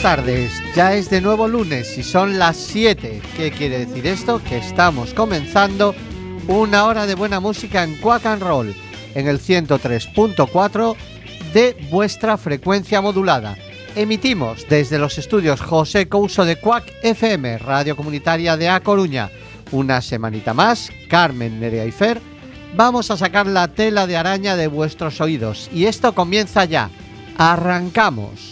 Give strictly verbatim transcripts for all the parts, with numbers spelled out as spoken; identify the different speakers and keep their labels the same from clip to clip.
Speaker 1: tardes, ya es de nuevo lunes y son las siete. ¿Qué quiere decir esto? Que estamos comenzando una hora de buena música en Quack and Roll, en el ciento tres punto cuatro de vuestra frecuencia modulada. Emitimos desde los estudios José Couso de Quack F M, radio comunitaria de A Coruña. Una semanita más, Carmen, Nerea y Fer, vamos a sacar la tela de araña de vuestros oídos y esto comienza ya. ¡Arrancamos!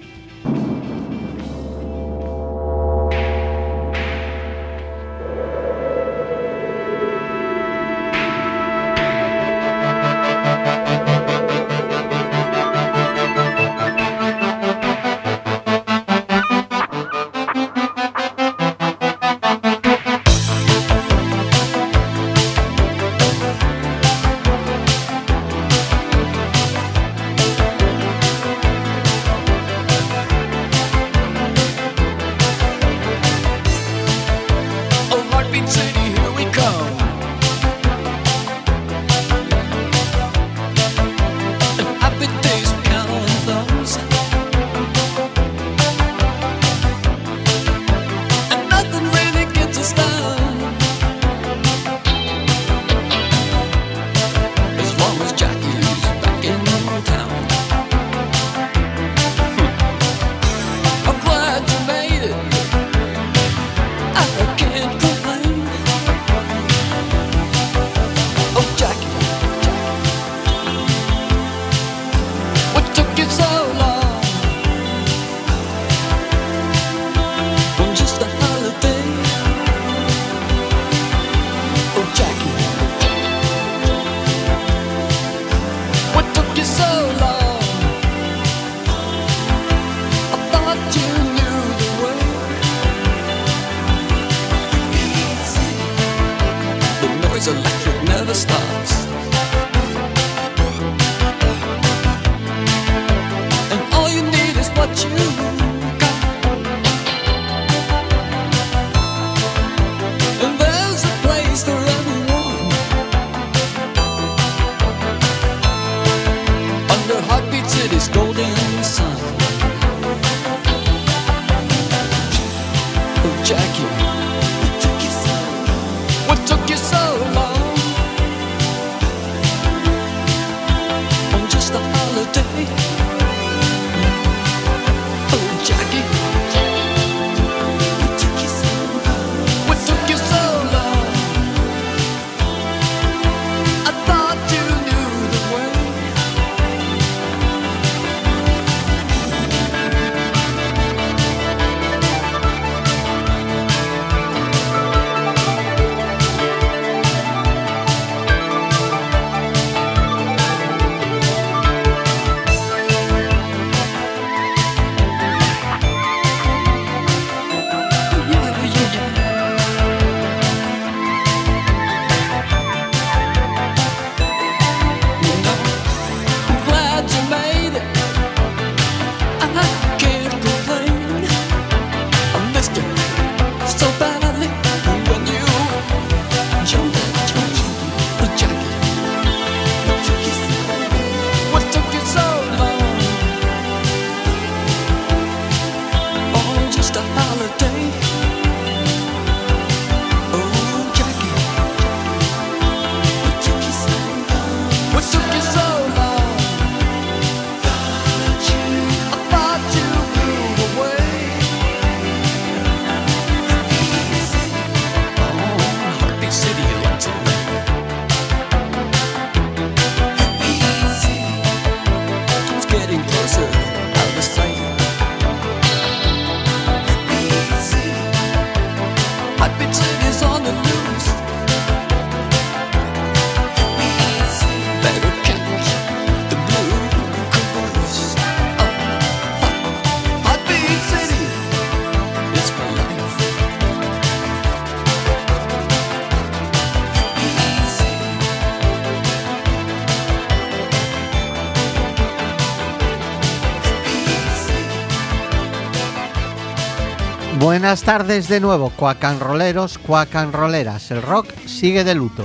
Speaker 1: Buenas tardes de nuevo, Quack and Rolleros, Quack and Rolleras. El rock sigue de luto.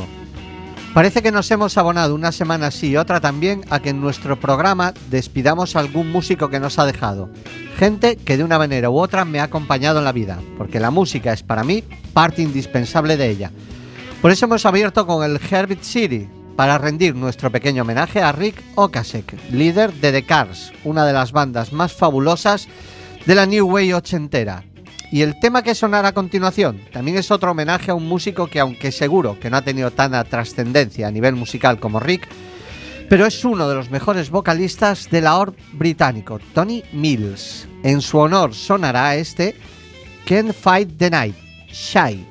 Speaker 1: Parece que nos hemos abonado una semana sí y otra también a que en nuestro programa despidamos a algún músico que nos ha dejado. gente que de una manera u otra me ha acompañado en la vida, porque la música es para mí parte indispensable de ella. Por eso hemos abierto con el Herbit City, para rendir nuestro pequeño homenaje a Rick Ocasek, líder de The Cars, una de las bandas más fabulosas de la New Wave ochentera. Y el tema que sonará a continuación también es otro homenaje a un músico que, aunque seguro que no ha tenido tanta trascendencia a nivel musical como Rick, pero es uno de los mejores vocalistas del A O R británico, Tony Mills. En su honor sonará este Can't Fight the Night, Shy.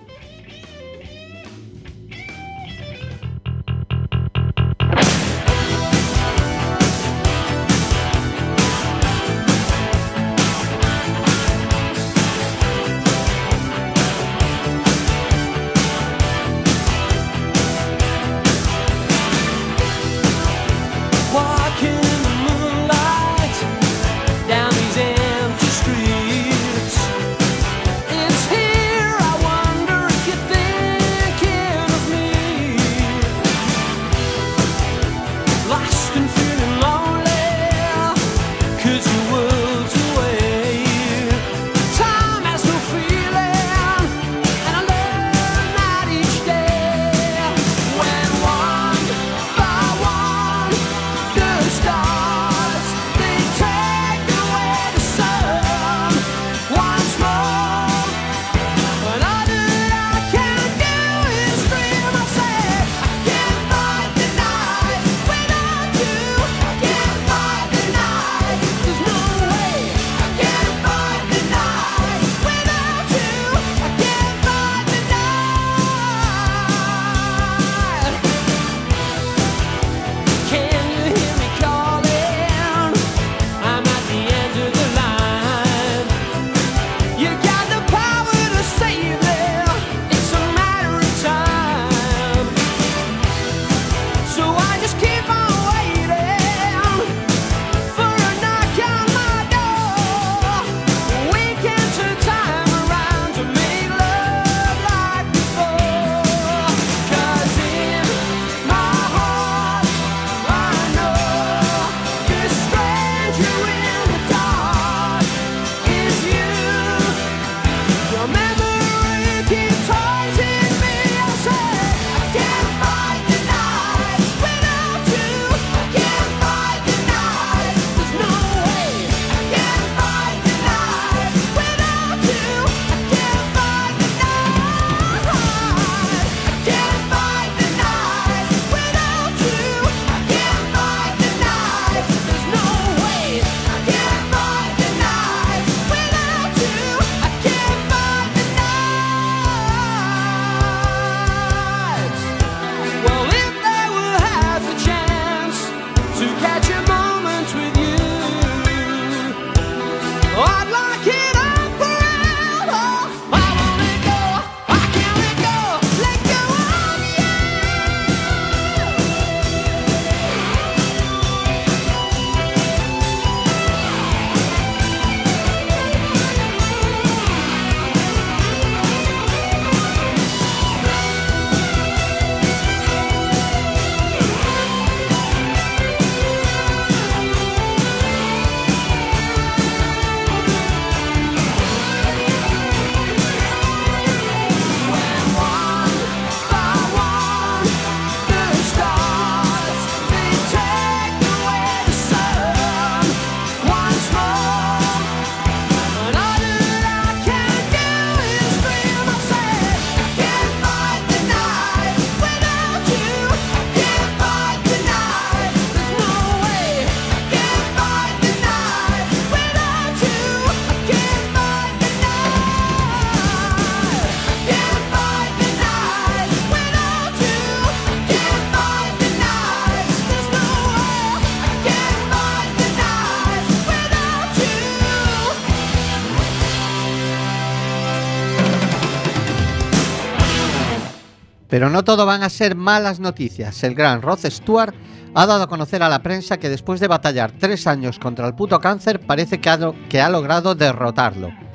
Speaker 1: Pero no todo van a ser malas noticias. El gran Rod Stewart ha dado a conocer a la prensa que después de batallar tres años contra el puto cáncer, parece que ha, que ha logrado derrotarlo.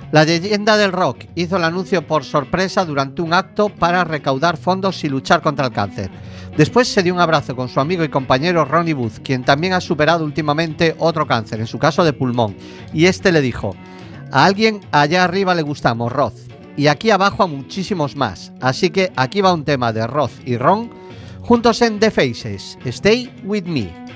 Speaker 1: La leyenda del rock hizo el anuncio por sorpresa durante un acto para recaudar fondos y luchar contra el cáncer. Después se dio un abrazo con su amigo y compañero Ronnie Booth, quien también ha superado últimamente otro cáncer, en su caso de pulmón, y este le dijo: a alguien allá arriba le gustamos, Roth, y aquí abajo a muchísimos más. Así que aquí va un tema de Roth y Ron juntos en The Faces, Stay With Me.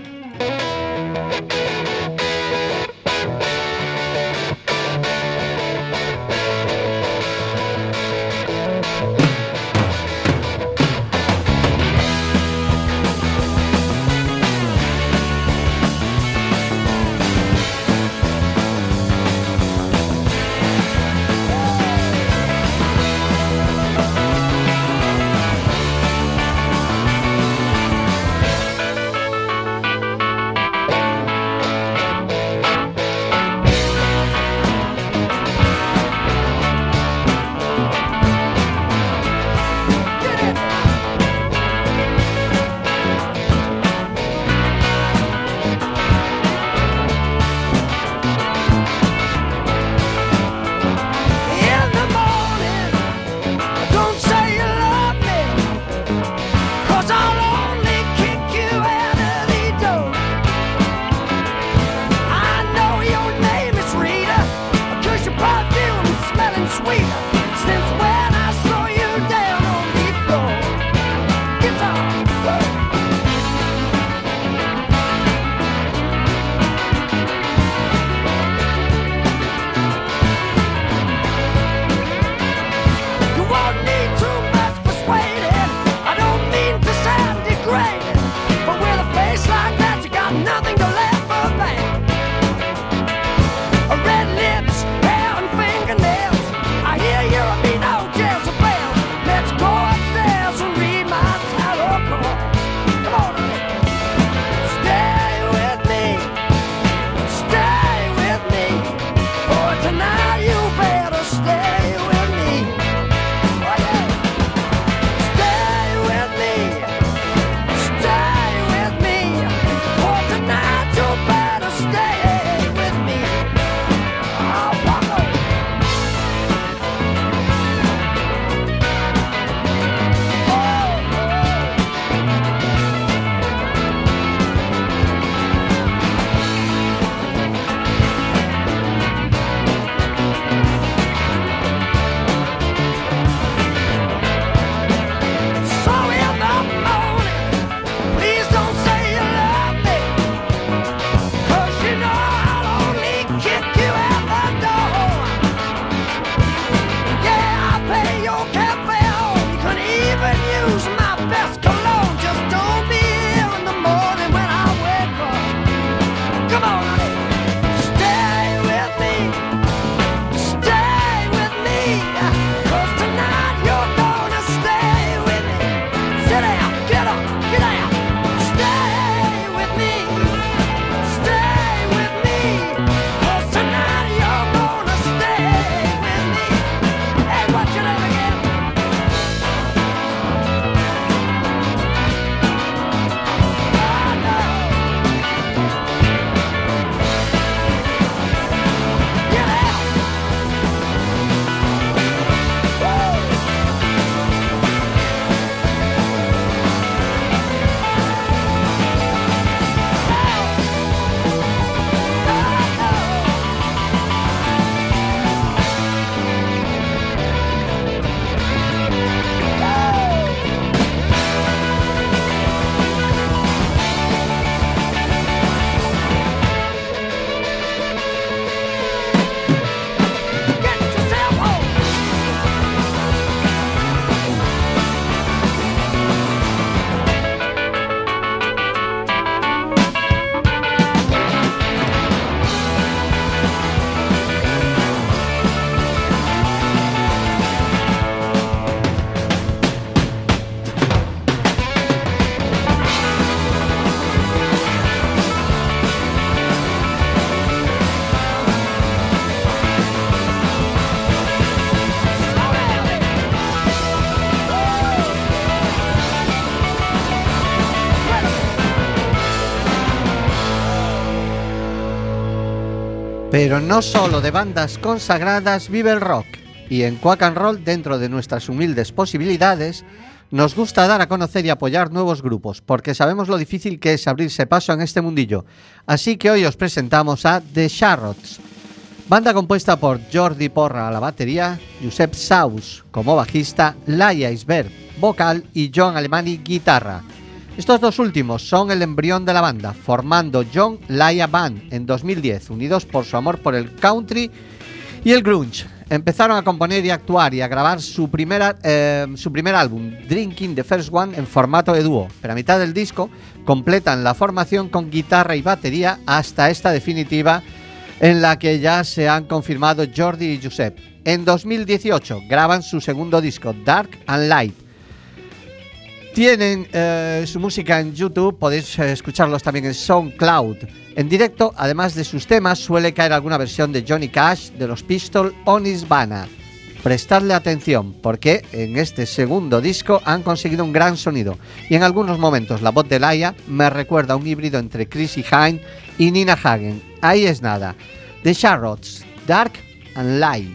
Speaker 1: Pero no solo de bandas consagradas vive el rock, y en Quack and Roll, dentro de nuestras humildes posibilidades, nos gusta dar a conocer y apoyar nuevos grupos, porque sabemos lo difícil que es abrirse paso en este mundillo. Así que hoy os presentamos a The Charrots, banda compuesta por Jordi Porra a la batería, Josep Saus como bajista, Laia Isbert vocal y John Alemany guitarra. Estos dos últimos son el embrión de la banda, formando John Laia Band en dos mil diez, unidos por su amor por el country y el grunge. Empezaron a componer y actuar y a grabar su, primera, eh, su primer álbum, Drinking the First One, en formato de dúo, pero a mitad del disco completan la formación con guitarra y batería hasta esta definitiva, en la que ya se han confirmado Jordi y Josep. En dos mil dieciocho graban su segundo disco, Dark and Light. Tienen eh, su música en YouTube, podéis eh, escucharlos también en SoundCloud. En directo, además de sus temas, suele caer alguna versión de Johnny Cash, de los Pistols o Nirvana. Prestadle atención, porque en este segundo disco han conseguido un gran sonido, y en algunos momentos la voz de Laia me recuerda a un híbrido entre Chrissie Hynde y Nina Hagen. Ahí es nada. The Charrots, Dark and Light.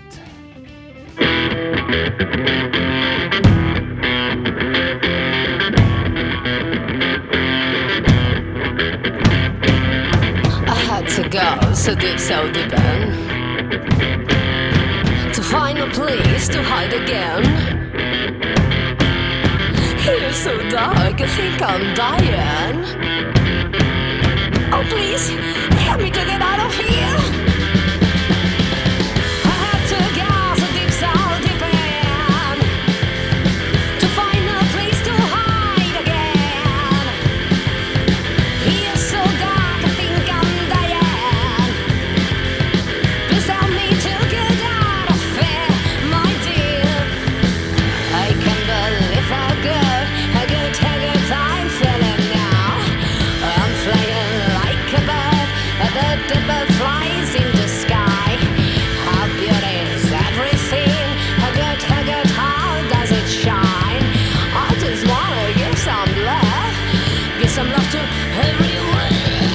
Speaker 2: To go so deep, so deep in, to find a place to hide again. Here so dark, I think I'm dying. Oh please, help me to get out of here. I had to go so deep, so deep in, to find a place to hide again. Here so dark, I think I'm some love to everyone.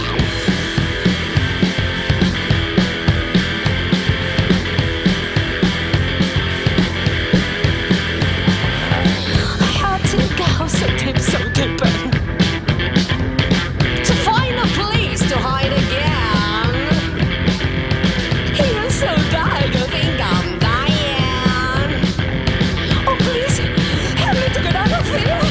Speaker 2: I had to go so deep, so deep in, to find a place to hide again. Here so dark, I think I'm dying. Oh please, help me to get out of here.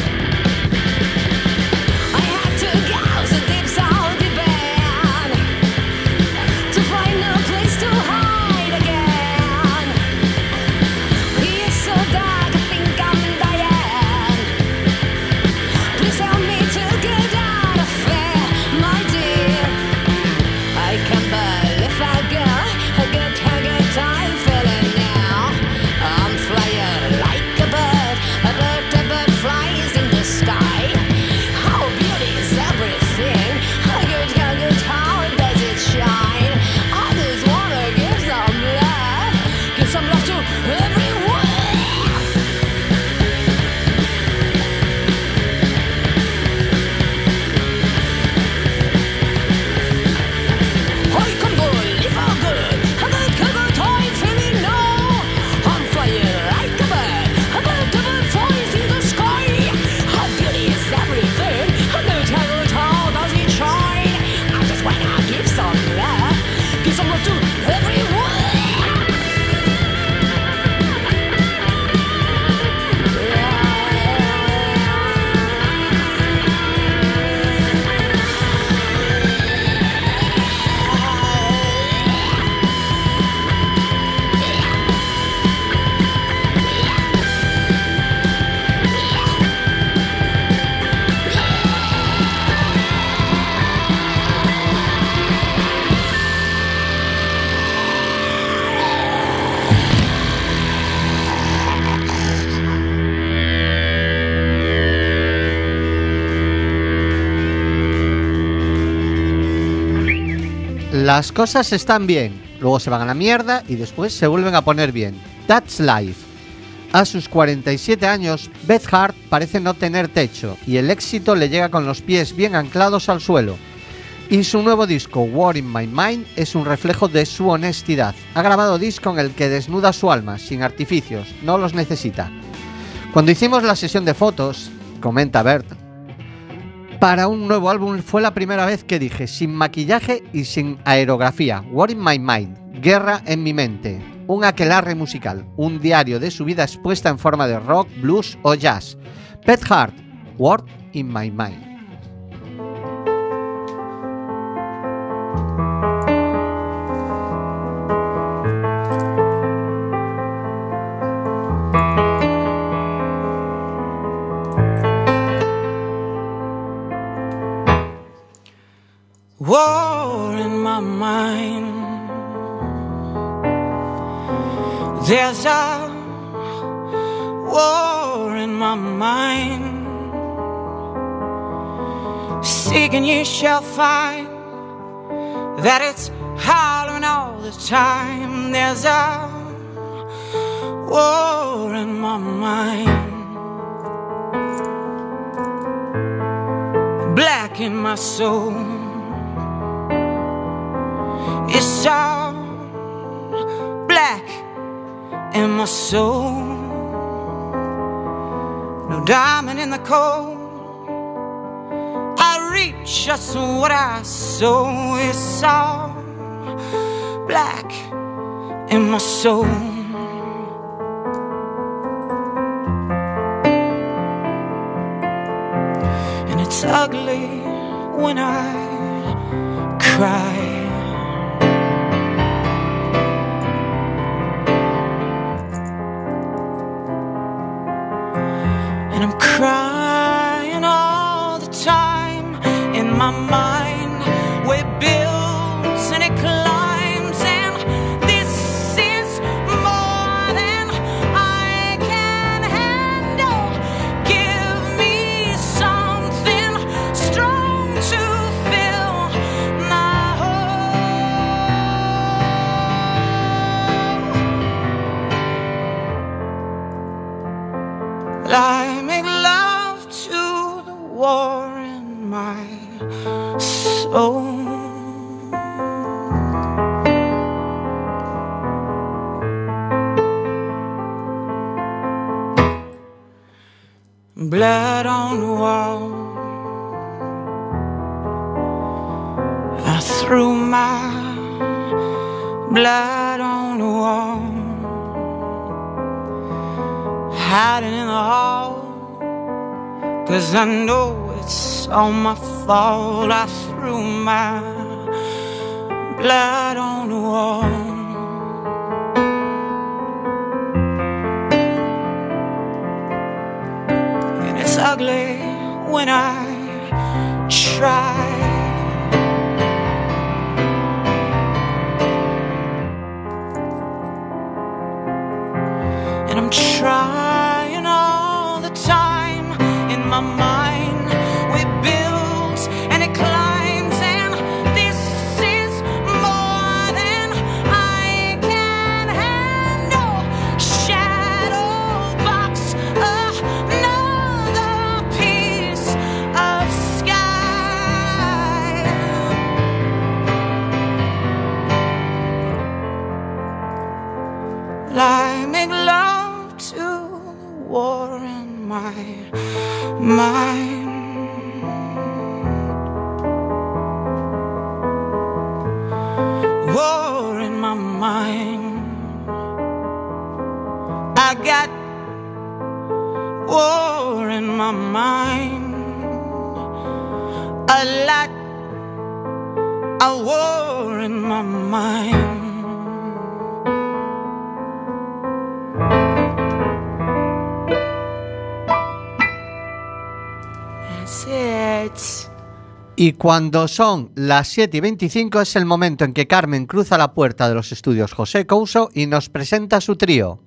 Speaker 1: Las cosas están bien, luego se van a la mierda y después se vuelven a poner bien. That's life. A sus cuarenta y siete años, Beth Hart parece no tener techo y el éxito le llega con los pies bien anclados al suelo. Y su nuevo disco, War in My Mind, es un reflejo de su honestidad. Ha grabado disco en el que desnuda su alma, sin artificios, no los necesita. Cuando hicimos la sesión de fotos, comenta Bert, para un nuevo álbum fue la primera vez que dije, sin maquillaje y sin aerografía, War in My Mind, guerra en mi mente, un aquelarre musical, un diario de su vida expuesta en forma de rock, blues o jazz. Pet Heart, War in My Mind.
Speaker 3: War in my mind. There's a war in my mind. Seek and ye shall find that it's howling all the time. There's a war in my mind. Black in my soul. It's all black in my soul. No diamond in the coal. I reach just what I sow. It's all black in my soul. And it's ugly when I cry. And I'm crying all the time in my mind, where it builds and it climbs, and this is more than I can handle. Give me something strong to fill my hole. Like war in my soul. Blood on the wall. I threw my blood on the wall, hiding in the hall. 'Cause I know it's all my fault. I threw my blood on the wall. And it's ugly when I try. And I'm trying all the time. My mind, it builds and it climbs, and this is more than I can handle. Shadow box, another piece of sky. I make love to the war in my mind. War in my mind. I got war in my mind. A lot of war in my mind.
Speaker 1: Y cuando son las siete y veinticinco es el momento en que Carmen cruza la puerta de los estudios José Couso y nos presenta su trío.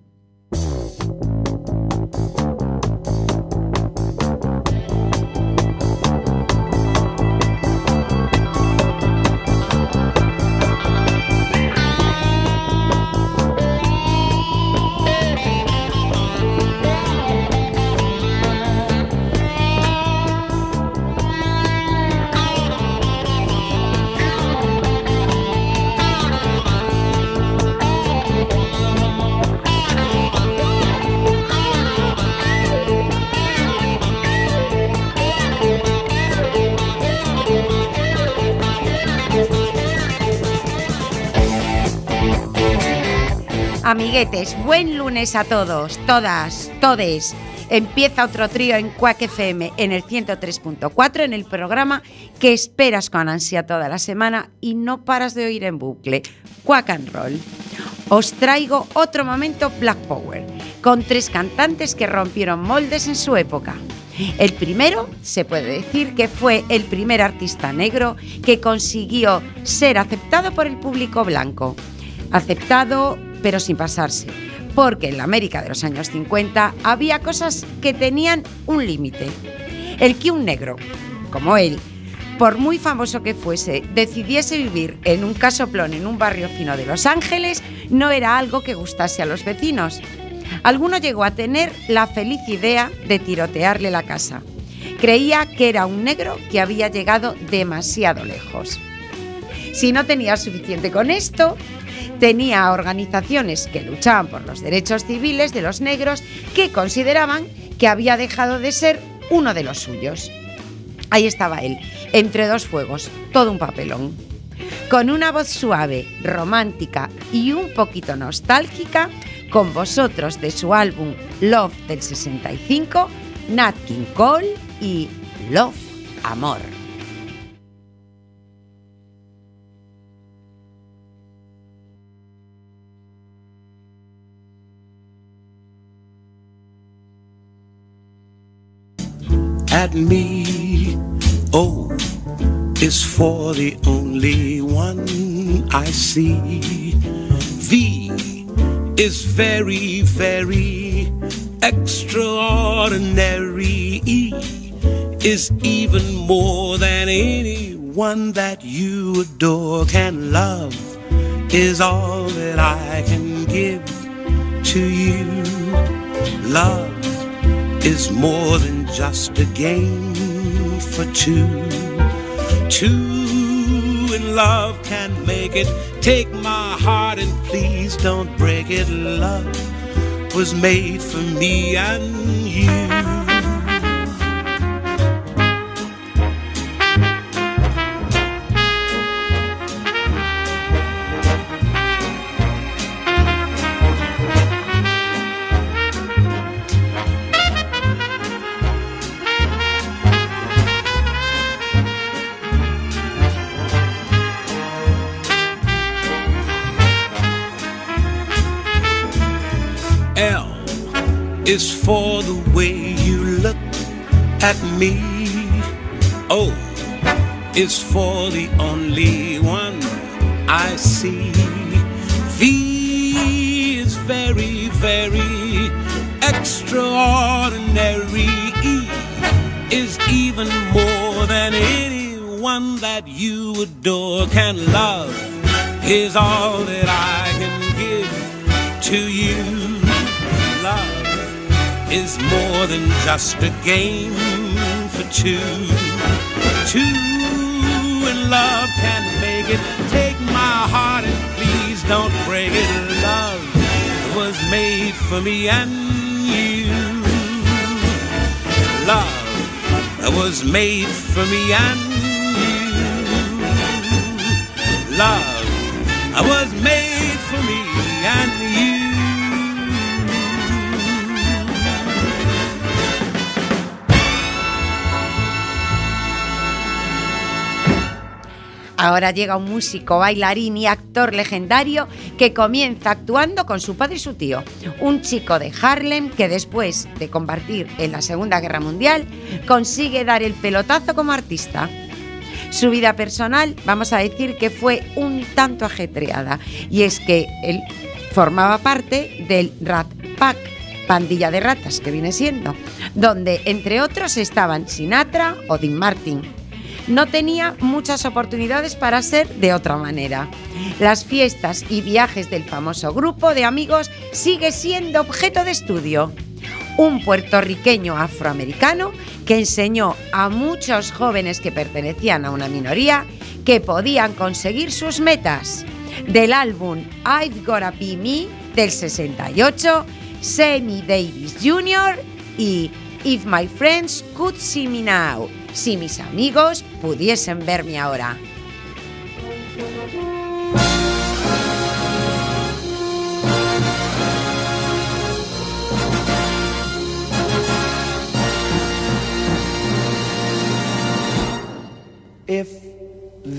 Speaker 4: Amiguetes, buen lunes a todos, todas, todes. Empieza otro trío en Quack F M en el ciento tres punto cuatro, en el programa que esperas con ansia toda la semana y no paras de oír en bucle, Quack and Roll. Os traigo otro momento Black Power, con tres cantantes que rompieron moldes en su época. El primero, se puede decir que fue el primer artista negro que consiguió ser aceptado por el público blanco. Aceptado, pero sin pasarse, porque en la América de los años cincuenta había cosas que tenían un límite. El que un negro, como él, por muy famoso que fuese, decidiese vivir en un casoplón en un barrio fino de Los Ángeles, no era algo que gustase a los vecinos. Alguno llegó a tener la feliz idea de tirotearle la casa. Creía que era un negro que había llegado demasiado lejos. Si no tenía suficiente con esto, tenía organizaciones que luchaban por los derechos civiles de los negros que consideraban que había dejado de ser uno de los suyos. Ahí estaba él, entre dos fuegos, todo un papelón. Con una voz suave, romántica y un poquito nostálgica, con vosotros de su álbum Love del sesenta y cinco, Nat King Cole y Love, Amor.
Speaker 5: At me, O is for the only one I see. V is very, very extraordinary. E is even more than anyone that you adore can love, is all that I can give to you. Love is more than just a game for two. Two in love can make it. Take my heart and please don't break it. Love was made for me and you. Is for the way you look at me. O is for the only one I see. V is very, very extraordinary. E is even more than anyone that you adore can love, is all that I can give to you. Love is more than just a game for two. Two in love can make it. Take my heart and please don't break it. Love was made for me and you. Love was made for me and you. Love was made for me and you.
Speaker 4: Ahora llega un músico, bailarín y actor legendario que comienza actuando con su padre y su tío, un chico de Harlem que después de combatir en la Segunda Guerra Mundial consigue dar el pelotazo como artista. Su vida personal, vamos a decir que fue un tanto ajetreada, y es que él formaba parte del Rat Pack, pandilla de ratas que viene siendo, donde entre otros estaban Sinatra o Dean Martin. No tenía muchas oportunidades para ser de otra manera. Las fiestas y viajes del famoso grupo de amigos sigue siendo objeto de estudio. Un puertorriqueño afroamericano que enseñó a muchos jóvenes que pertenecían a una minoría que podían conseguir sus metas. Del álbum I've Gotta Be Me del sesenta y ocho, Sammy Davis junior y If My Friends Could See Me Now, si mis amigos pudiesen verme ahora.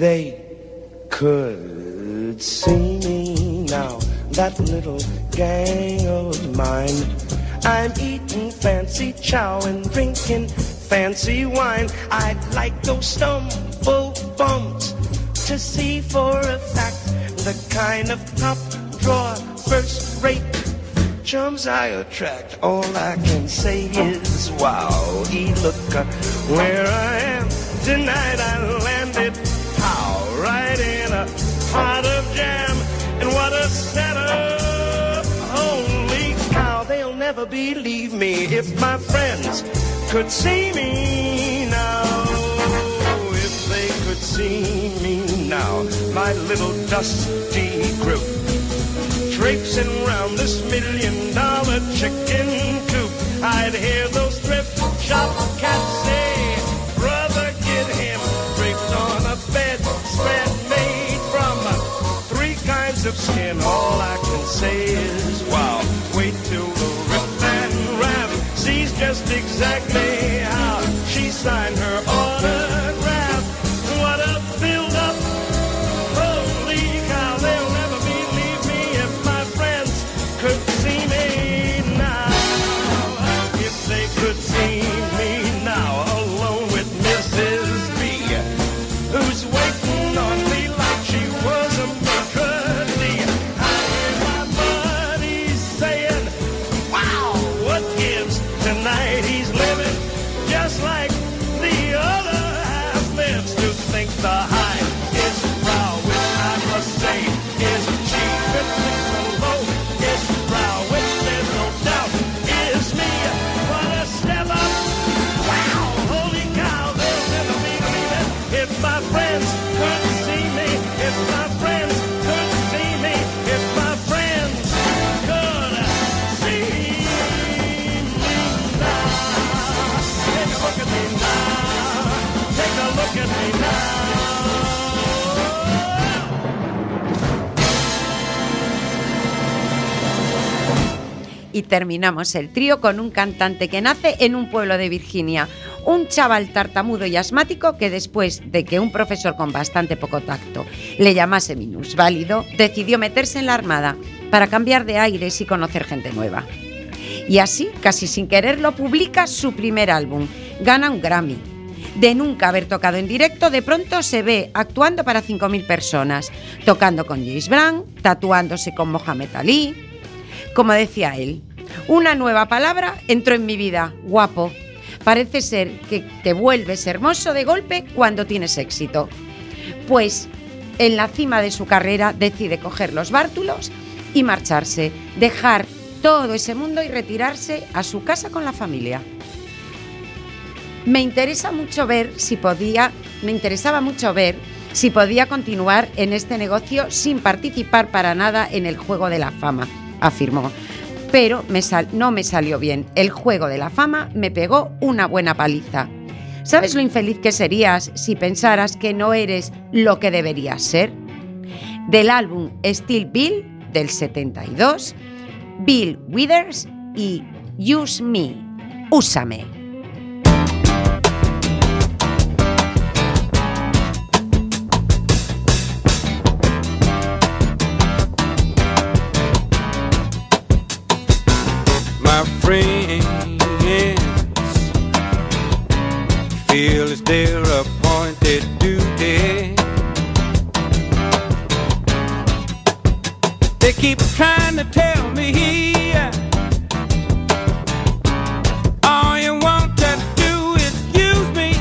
Speaker 6: they could see me now, that little gang of mine. I'm eating fancy chow and drinking fancy wine. I'd like those stumble bums to see for a fact the kind of top drawer, first rate chums I attract. All I can say is wow, e look uh, where I am tonight. I landed pow right in a pot of jam, and what a setup! Holy cow, they'll never believe me if my friends could see me now. If they could see me now, my little dusty group traipsing round this million dollar chicken coop. I'd hear those thrift shop cats say, brother, get him draped on a bed spread made from three kinds of skin. All I can say is wow, wait till the Rip and Ram sees just exactly how she signed her autograph. What a build up, holy cow, they'll never believe me if my friends could see me now. If they could see me now, alone with Missus B, who's waiting on me like she was a maker D. I hear my buddies saying, wow, what gives tonight? He's living just like the other half lives. To think the high is brow, which I must say is cheap. If the low is brow, which there's no doubt is me. What a step up! Wow, holy cow, they'll never believe it if my friends could see me. If my friends could see me. If my friends could see me now. Take a look at me now. Take a look at me now.
Speaker 4: Y terminamos el trío con un cantante que nace en un pueblo de Virginia, un chaval tartamudo y asmático que después de que un profesor con bastante poco tacto le llamase minusválido, decidió meterse en la Armada para cambiar de aires y conocer gente nueva. Y así, casi sin quererlo, publica su primer álbum, gana un Grammy. De nunca haber tocado en directo, de pronto se ve actuando para cinco mil personas, tocando con James Brown, tatuándose con Mohamed Ali. Como decía él, una nueva palabra entró en mi vida, guapo. Parece ser que te vuelves hermoso de golpe cuando tienes éxito. Pues en la cima de su carrera decide coger los bártulos y marcharse, dejar todo ese mundo y retirarse a su casa con la familia. Me interesa mucho ver si podía, me interesaba mucho ver si podía continuar en este negocio sin participar para nada en el juego de la fama, afirmó. Pero me sal- no me salió bien. El juego de la fama me pegó una buena paliza. ¿Sabes lo infeliz que serías si pensaras que no eres lo que deberías ser? Del álbum Still Bill del setenta y dos, Bill Withers y Use Me, Úsame.
Speaker 3: My friends feel it's their appointed duty. They keep trying to tell me all you want to do is use me.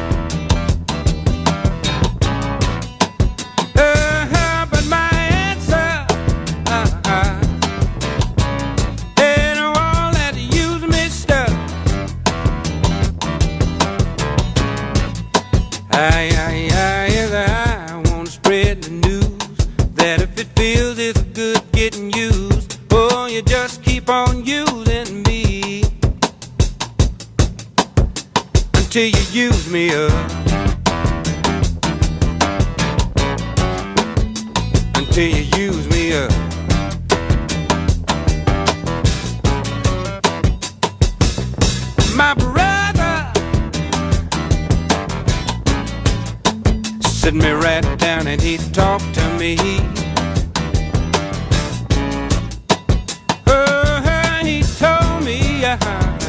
Speaker 3: Uh-huh, but my answer uh-uh, ain't all that use me stuff. I, I, I, yes, I want to spread the news that if it feels it's good getting used, oh, you just keep on using me until you use me up, until you use me up. My brother sit me right down and he'd talk to me. Oh, he told me uh,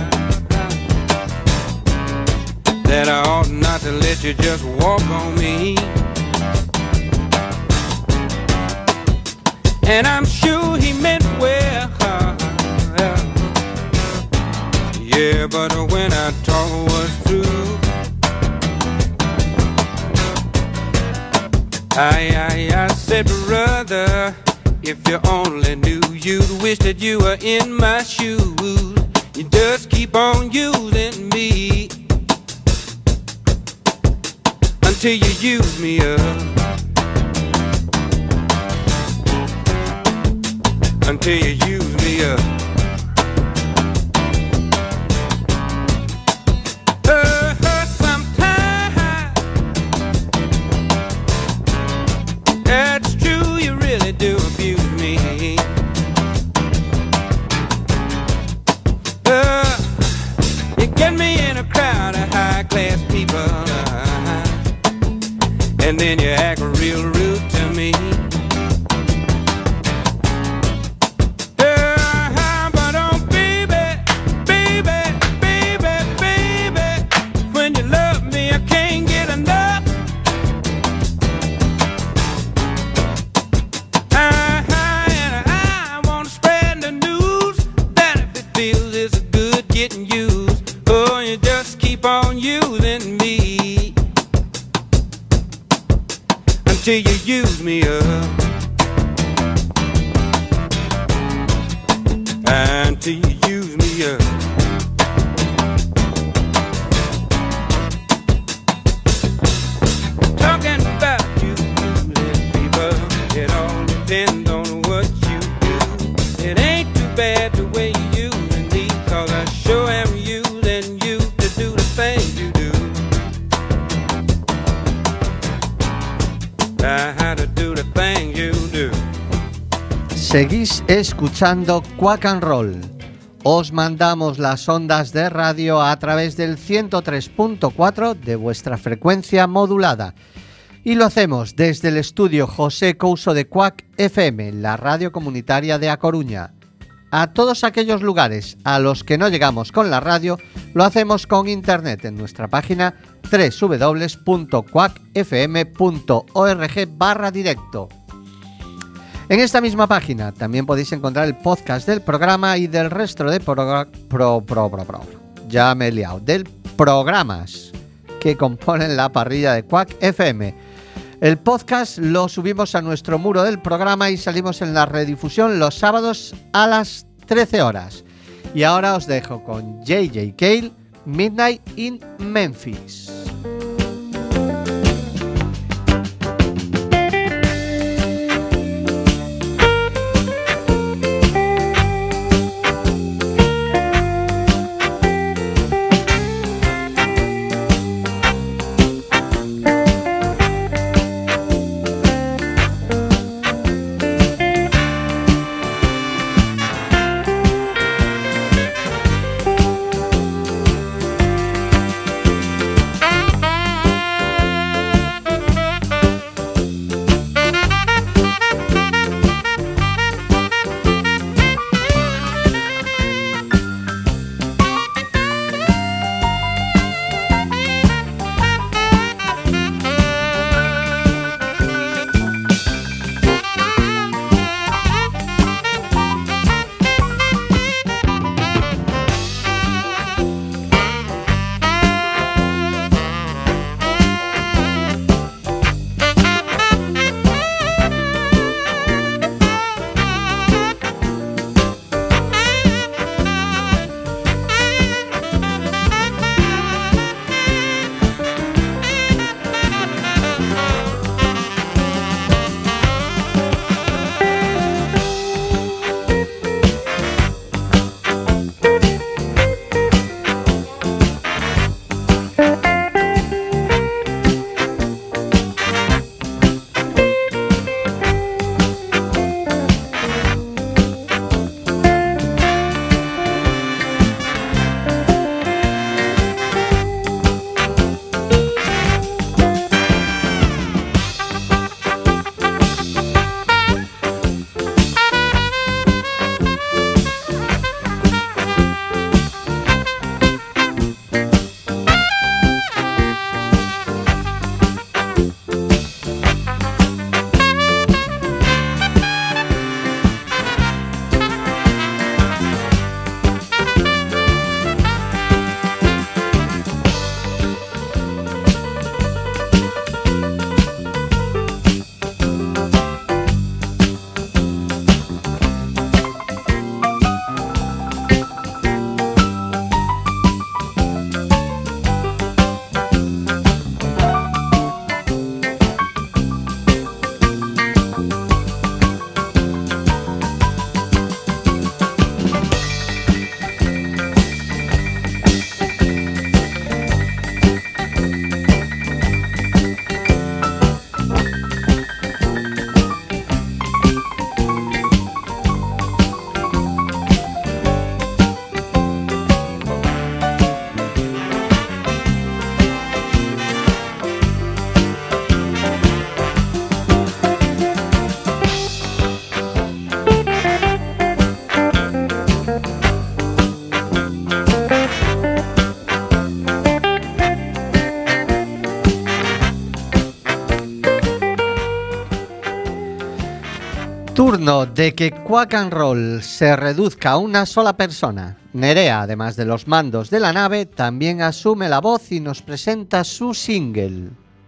Speaker 3: that I ought not to let you just walk on me. And I'm sure he meant well. Yeah, but when our talk was through, I, I, I said, brother, if you only knew, you'd wish that you were in my shoes. You just keep on using me until you use me up, until you use me up. That's true, you really do abuse me. Uh, you get me in a crowd of high-class people, uh, and then you act real rude to me. Uh, but oh, baby, baby, baby, baby, when you love me, I can't get enough. Getting used, oh, you just keep on using me until you use me up, until you use me up. Talking about you using people, it all depends on what you do. It ain't too bad the way you use. Cause I sure am using you to do the things you do. I had to do the things you do.
Speaker 1: Seguís escuchando Quack and Roll. Os mandamos las ondas de radio a través del ciento tres punto cuatro de vuestra frecuencia modulada. Y lo hacemos desde el estudio José Couso de Quack F M, la radio comunitaria de A Coruña. A todos aquellos lugares a los que no llegamos con la radio, lo hacemos con internet en nuestra página doble u doble u doble u punto quack f m punto org barra directo. En esta misma página también podéis encontrar el podcast del programa y del resto de pro, pro, pro, pro, pro, ya me he liado, del programas que componen la parrilla de Quack F M. El podcast lo subimos a nuestro muro del programa y salimos en la redifusión los sábados a las trece horas. Y ahora os dejo con J J Cale, Midnight in Memphis.
Speaker 2: I
Speaker 1: Turno de que Quack and Roll se reduzca a una sola persona. Nerea, además de los mandos de la nave, también asume la voz y nos presenta su single.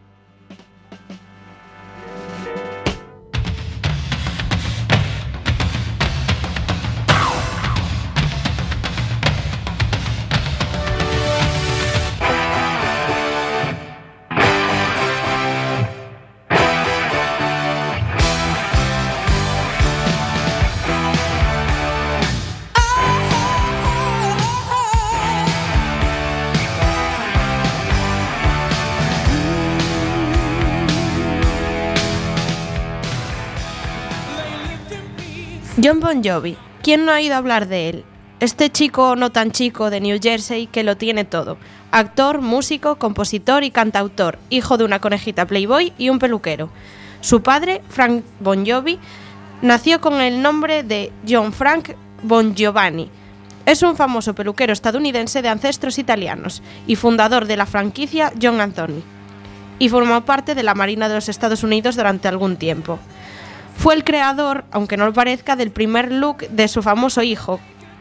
Speaker 7: Jon Bon Jovi, ¿quién no ha oído hablar de él? Este chico no tan chico de New Jersey que lo tiene todo. Actor, músico, compositor y cantautor, hijo de una conejita playboy y un peluquero. Su padre, Frank Bon Jovi, nació con el nombre de John Frank Bon Giovanni. Es un famoso peluquero estadounidense de ancestros italianos y fundador de la franquicia John Anthony. Y formó parte de la Marina de los Estados Unidos durante algún tiempo. Fue el creador, aunque no lo parezca, del primer look de su famoso hijo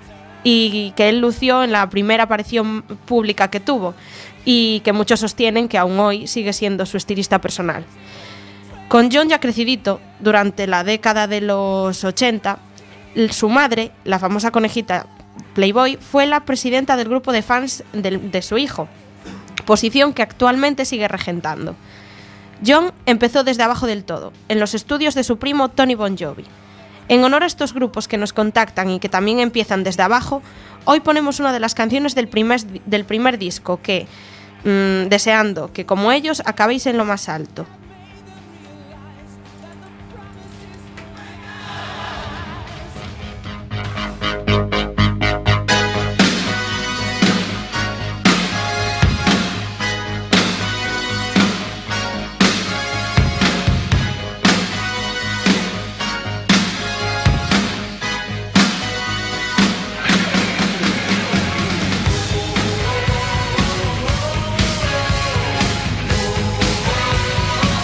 Speaker 7: y que él lució en la primera aparición pública que tuvo y que muchos sostienen que aún hoy sigue siendo su estilista personal. Con John ya crecidito, durante la década de los ochenta, su madre, la famosa conejita Playboy, fue la presidenta del grupo de fans de, de su hijo, posición que actualmente sigue regentando. John empezó desde abajo del todo, en los estudios de su primo Tony Bon Jovi. En honor a estos grupos que nos contactan y que también empiezan desde abajo, hoy ponemos una de las canciones del primer, del primer disco que, mmm, deseando que como ellos acabéis en lo más alto.
Speaker 2: Thank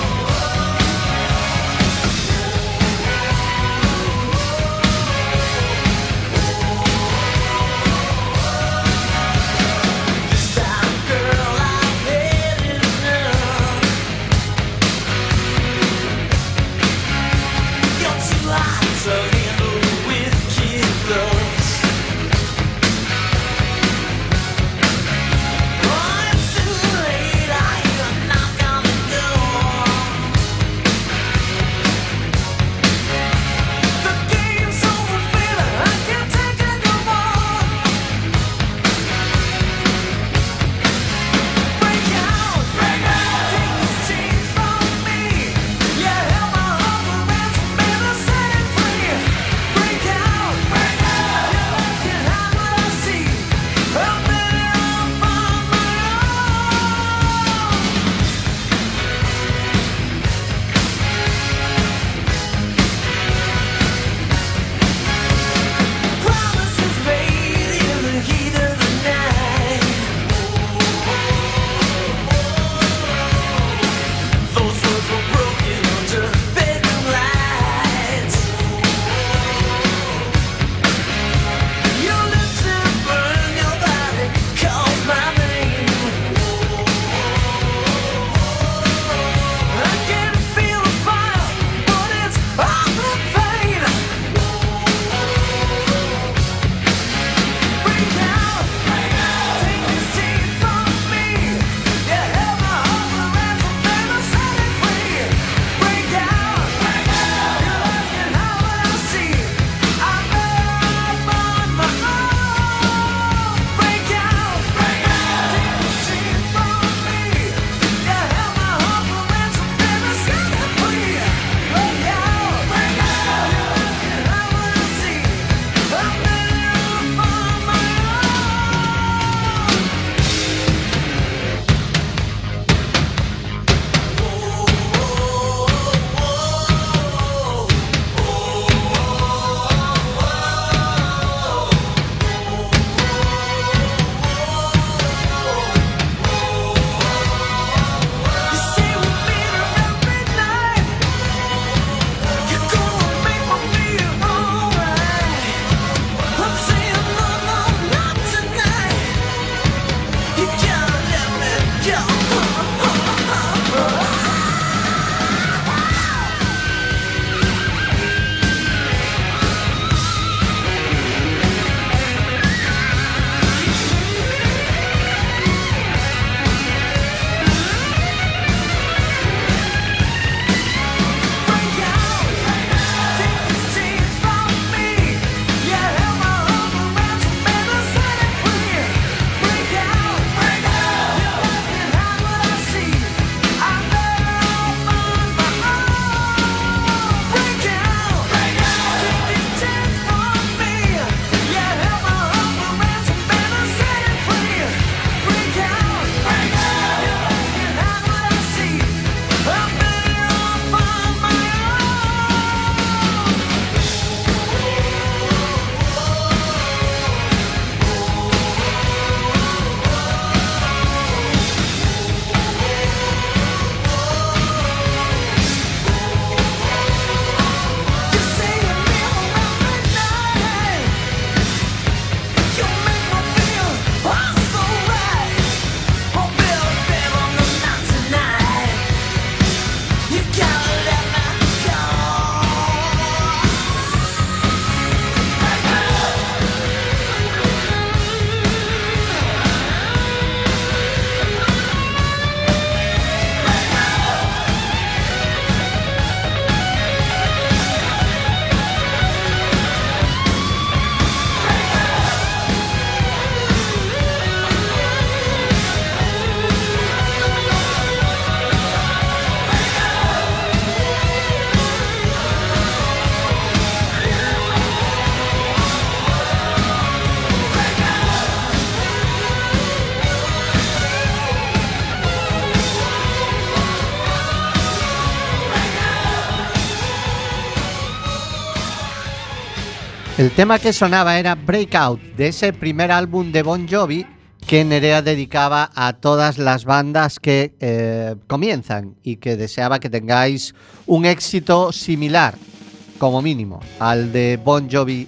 Speaker 1: El tema que sonaba era Breakout, de ese primer álbum de Bon Jovi que Nerea dedicaba a todas las bandas que eh, comienzan y que deseaba que tengáis un éxito similar, como mínimo, al de Bon Jovi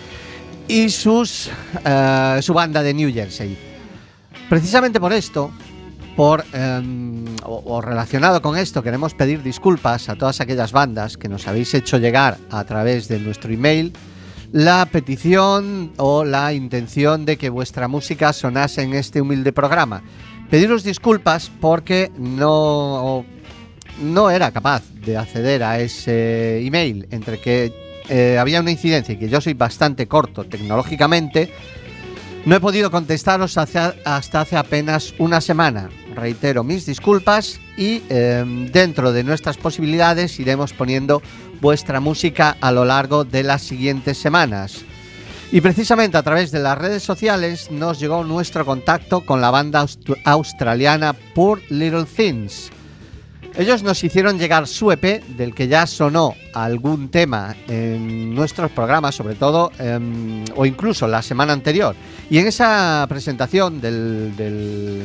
Speaker 1: y sus, eh, su banda de New Jersey. Precisamente por esto, por eh, o, o relacionado con esto, queremos pedir disculpas a todas aquellas bandas que nos habéis hecho llegar a través de nuestro email la petición o la intención de que vuestra música sonase en este humilde programa. Pediros disculpas porque no, no era capaz de acceder a ese email, entre que eh, había una incidencia y que yo soy bastante corto tecnológicamente. No he podido contestaros hacia, hasta hace apenas una semana. Reitero mis disculpas y eh, dentro de nuestras posibilidades iremos poniendo vuestra música a lo largo de las siguientes semanas. Y precisamente a través de las redes sociales nos llegó nuestro contacto con la banda aust- australiana Poor Little Things. Ellos nos hicieron llegar su E P, del que ya sonó algún tema en nuestros programas, sobre todo, eh, o incluso la semana anterior. Y en esa presentación del, del,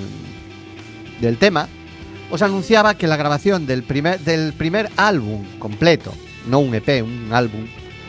Speaker 1: del tema, os anunciaba que la grabación del primer, del primer álbum completo, no un E P, un álbum,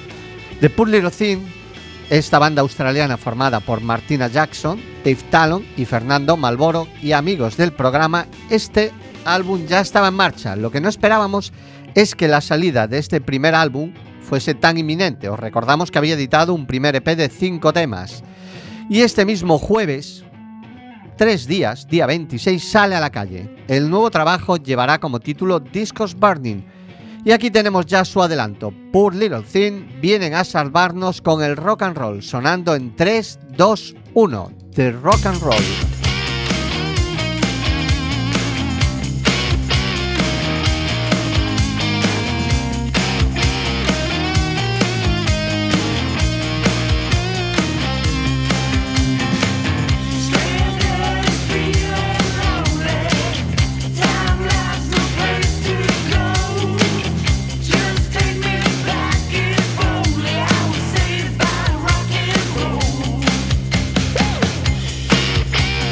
Speaker 1: de Poor Little Thing, esta banda australiana formada por Martina Jackson, Dave Talon y Fernando Malboro y amigos del programa, este álbum ya estaba en marcha. Lo que no esperábamos es que la salida de este primer álbum fuese tan inminente. Os recordamos que había editado un primer E P de cinco temas. Y este mismo jueves, tres días, día veintiséis, sale a la calle. El nuevo trabajo llevará como título Discos Burning. Y aquí tenemos ya su adelanto. Poor Little Thing vienen a salvarnos con el rock and roll, sonando en tres, dos, uno. The Rock and Roll.
Speaker 2: Rock and roll.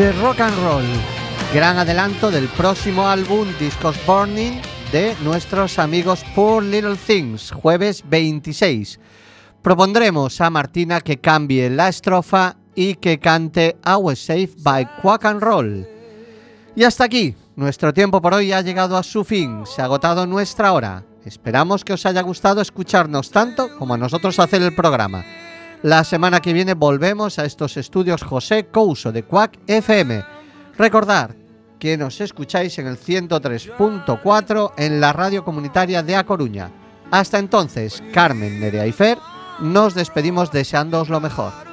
Speaker 1: The Rock and Roll, gran adelanto del próximo álbum Discos Burning de nuestros amigos Poor Little Things, jueves veintiséis. Propondremos a Martina que cambie la estrofa y que cante I Was Saved by Quack and Roll. Y hasta aquí, nuestro tiempo por hoy ha llegado a su fin, se ha agotado nuestra hora. Esperamos que os haya gustado escucharnos tanto como a nosotros hacer el programa. La semana que viene volvemos a estos estudios José Couso de Quack F M. Recordad que nos escucháis en el ciento tres punto cuatro en la radio comunitaria de A Coruña. Hasta entonces, Carmen, Nerea y Fer, nos despedimos deseándoos lo mejor.